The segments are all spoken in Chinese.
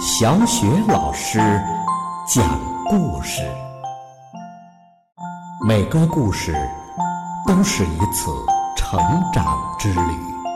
小雪老师讲故事，每个故事都是一次成长之旅。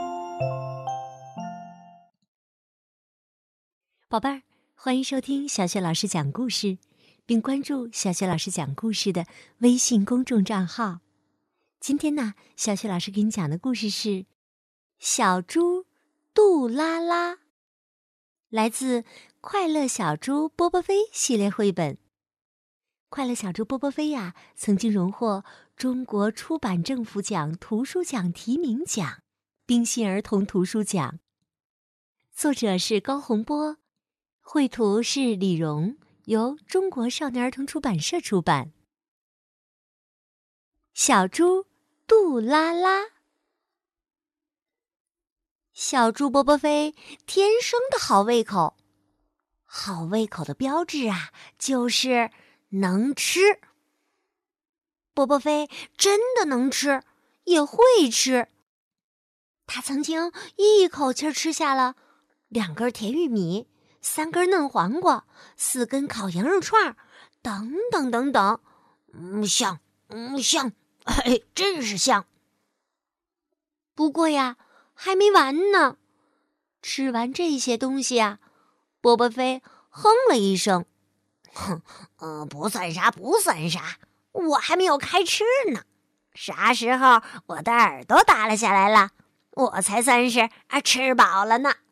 宝贝儿，欢迎收听小雪老师讲故事，并关注小雪老师讲故事的微信公众账号。今天呢，小雪老师给你讲的故事是《小猪杜拉拉》，来自《快乐小猪波波飞》系列绘本。快乐小猪波波飞呀，曾经荣获中国出版政府奖图书奖提名奖、冰心儿童图书奖。作者是高洪波，绘图是李荣，由中国少年儿童出版社出版。小猪杜拉拉。小猪波波飞天生的好胃口，好胃口的标志啊，就是能吃。波波飞真的能吃，也会吃。他曾经一口气吃下了2根甜玉米、3根嫩黄瓜、4根烤羊肉串，等等等等。香，香，真是香。不过呀，还没完呢。吃完这些东西啊，波波飞哼了一声， 不算啥，不算啥，我还没有开吃呢。啥时候我的耳朵耷拉下来了，我才算是吃饱了呢。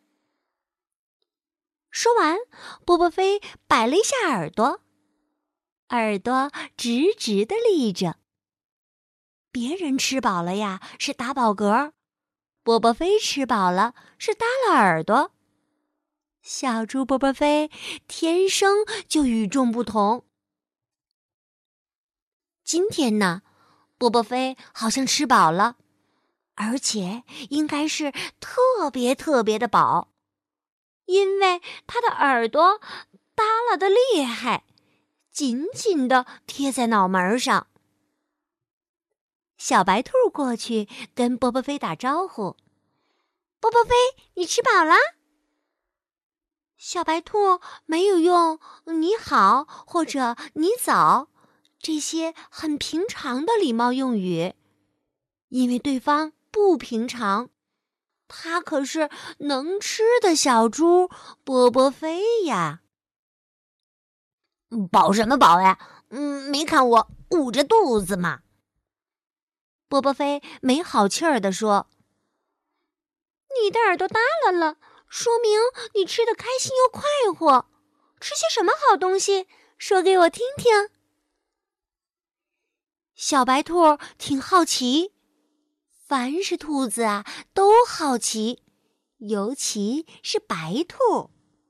说完，波波飞摆了一下耳朵，耳朵直直地立着。别人吃饱了呀，是打饱嗝；波波飞吃饱了，是耷拉耳朵。小猪波波飞天生就与众不同。今天呢，波波飞好像吃饱了，而且应该是特别特别的饱，因为他的耳朵耷拉得厉害，紧紧地贴在脑门上。小白兔过去跟波波飞打招呼：“波波飞，你吃饱了？”小白兔没有用你好或者你早这些很平常的礼貌用语，因为对方不平常，他可是能吃的小猪波波飞呀。 饱什么饱呀？没看我捂着肚子吗？ 波波飞没好气儿地说：“你的耳朵耷拉了，说明你吃得开心又快活。吃些什么好东西？说给我听听。”小白兔挺好奇，凡是兔子啊都好奇，尤其是白兔。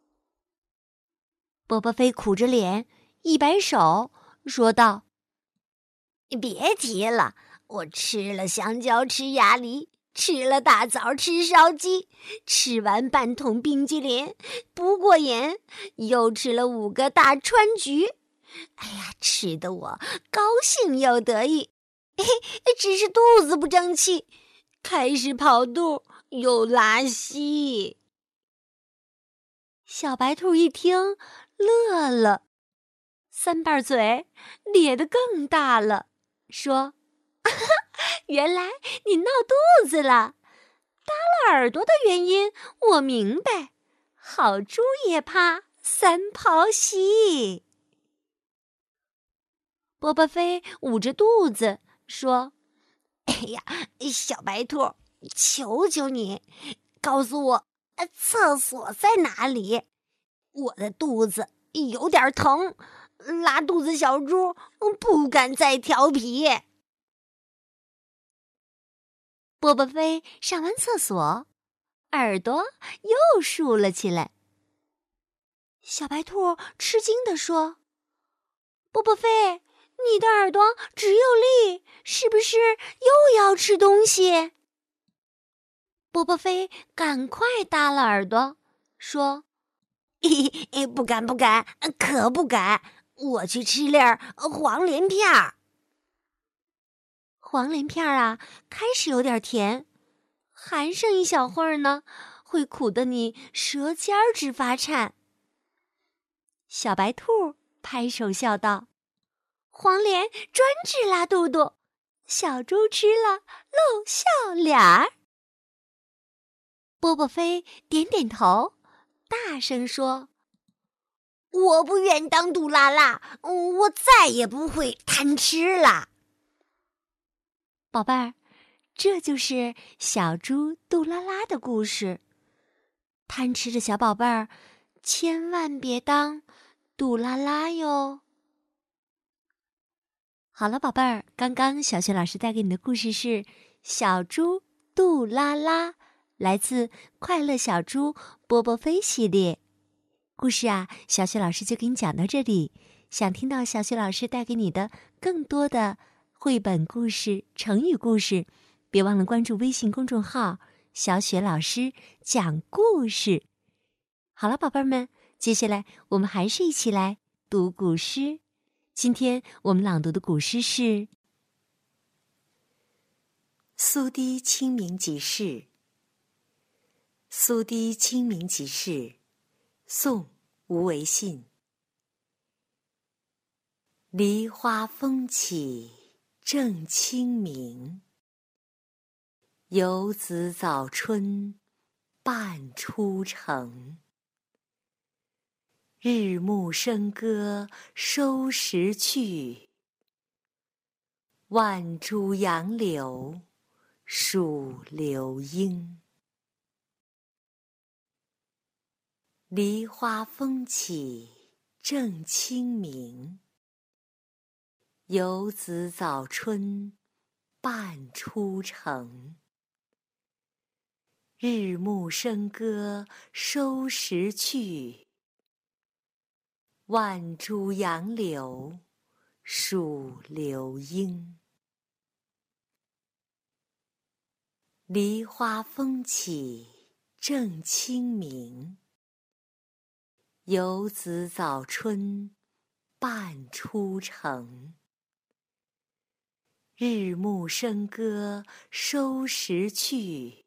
波波飞苦着脸，一摆手，说道：“ 别提了，我吃了香蕉吃鸭梨，吃了大枣吃烧鸡，吃完半桶冰激凌不过瘾，又吃了5个大川菊。哎呀，吃得我高兴又得意，只是肚子不争气，开始跑肚又拉稀。” 小白兔一听乐了，3瓣嘴咧得更大了，说：“原来你闹肚子了，耷拉耳朵的原因我明白，好猪也怕3泡稀。”波波飞捂着肚子说：“ 哎呀，小白兔，求求你，告诉我厕所在哪里？我的肚子有点疼，拉肚子小猪不敢再调皮。” 波波飞上完厕所，耳朵又竖了起来。小白兔吃惊地说：“波波飞，你的耳朵直又立，是不是又要吃东西？”波波飞赶快耷拉耳朵，说：“ 不敢不敢，可不敢，我去吃粒黄连片儿。” 黄连片啊，开始有点甜，还剩一小会儿呢，会苦得你舌尖儿直发颤。 小白兔拍手笑道：“黄连专治拉肚肚，小猪吃了露笑脸儿。”波波飞点点头，大声说：“ 我不愿当杜拉拉，我再也不会贪吃了。” 宝贝儿，这就是小猪杜拉拉的故事。贪吃的小宝贝儿，千万别当杜拉拉哟。好了，宝贝儿，刚刚小雪老师带给你的故事是《小猪杜拉拉》，来自《快乐小猪波波飞》系列。故事啊，小雪老师就给你讲到这里。想听到小雪老师带给你的更多的绘本故事、成语故事，别忘了关注微信公众号“小雪老师讲故事”。好了，宝贝们，接下来我们还是一起来读古诗。今天我们朗读的古诗是《 苏堤清明即事》。苏堤清明即事，宋·吴维信。梨花风起正清明，游子早春半出城。日暮笙歌收时去，万株杨柳数流莺。梨花风起正清明，游子早春半出城。日暮笙歌收时去，万株杨柳数流莺。梨花风起正清明，游子早春半出城。日暮笙歌收时去，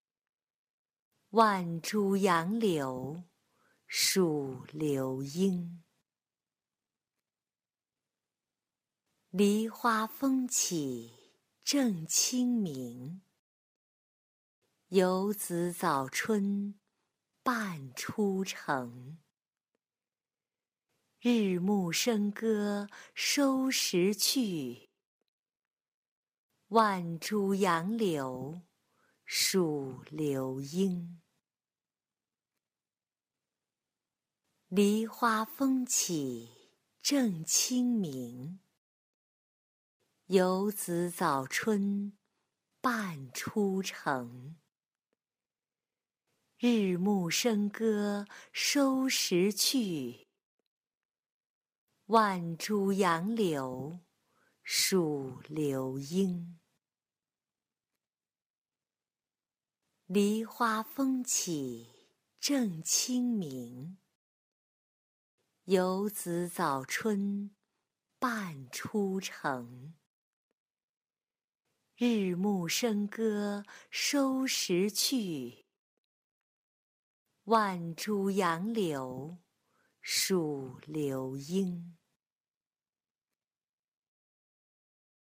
万株杨柳数流莺。梨花风起正清明，游子早春半出城。日暮笙歌收时去，万株杨柳数流莺。梨花风起正清明，游子早春半出城。日暮笙歌收时去，万株杨柳数流莺。梨花风起正清明，游子早春半出城。日暮笙歌收时去，万株杨柳数流莺。